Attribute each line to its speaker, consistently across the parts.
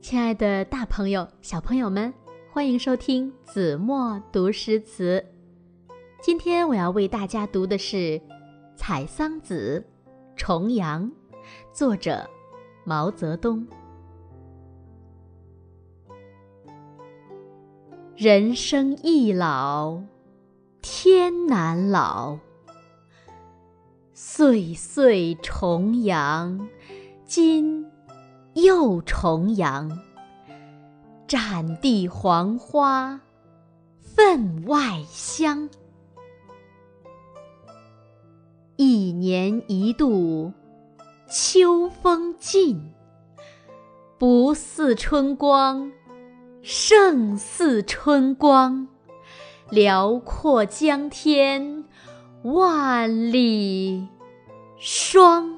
Speaker 1: 亲爱的大朋友、小朋友们，欢迎收听子墨读诗词。今天我要为大家读的是《采桑子·重阳》，作者毛泽东。人生易老，天难老。岁岁重阳，今又重阳。展地黄花，分外香。一年一度，秋风劲。不似春光，胜似春光。辽阔江天，万里霜。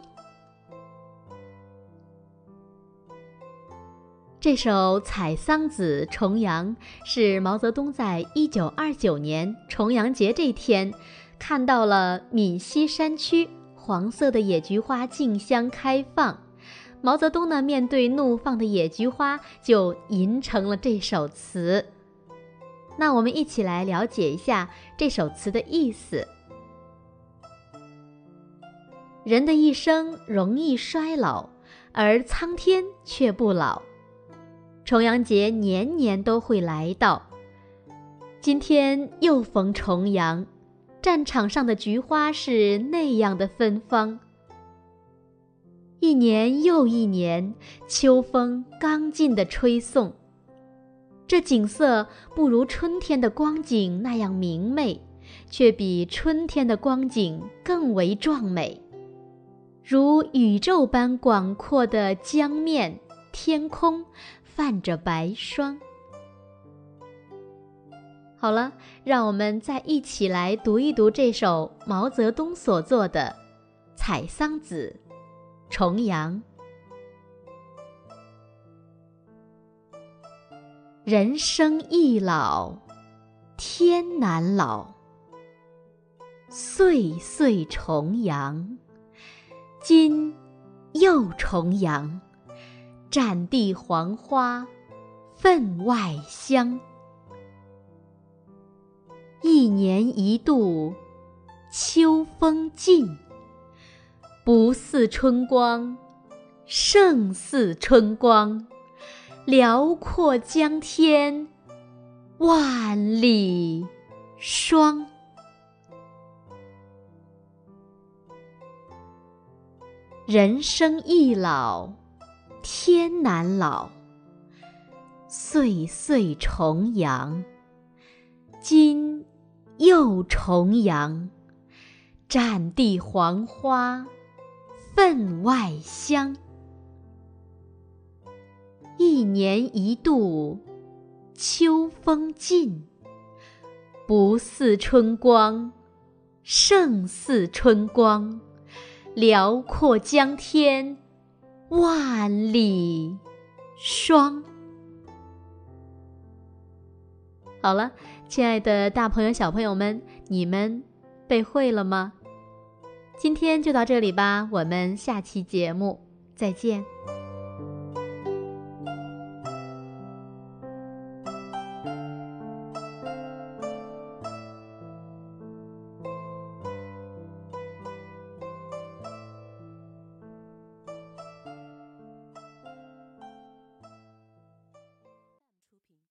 Speaker 1: 这首《采桑子·重阳》是毛泽东在1929年重阳节这天，看到了闽西山区黄色的野菊花竞相开放。毛泽东呢，面对怒放的野菊花，就吟成了这首词。那我们一起来了解一下这首词的意思。人的一生容易衰老，而苍天却不老。重阳节年年都会来到，今天又逢重阳，战场上的菊花是那样的芬芳。一年又一年，秋风刚劲地吹送，这景色不如春天的光景那样明媚，却比春天的光景更为壮美，如宇宙般广阔的江面、天空泛着白霜。好了，让我们再一起来读一读这首毛泽东所作的《采桑子·重阳》。人生易老，天难老。岁岁重阳，今又重阳。展地黄花，分外香。一年一度，秋风劲。不似春光，胜似春光。辽阔江天，万里霜。人生易老，天难老。岁岁重阳，今又重阳。展地黄花，分外香。一年一度，秋风劲。不似春光，胜似春光。辽阔江天，万里霜。好了，亲爱的大朋友小朋友们，你们背会了吗？今天就到这里吧，我们下期节目再见。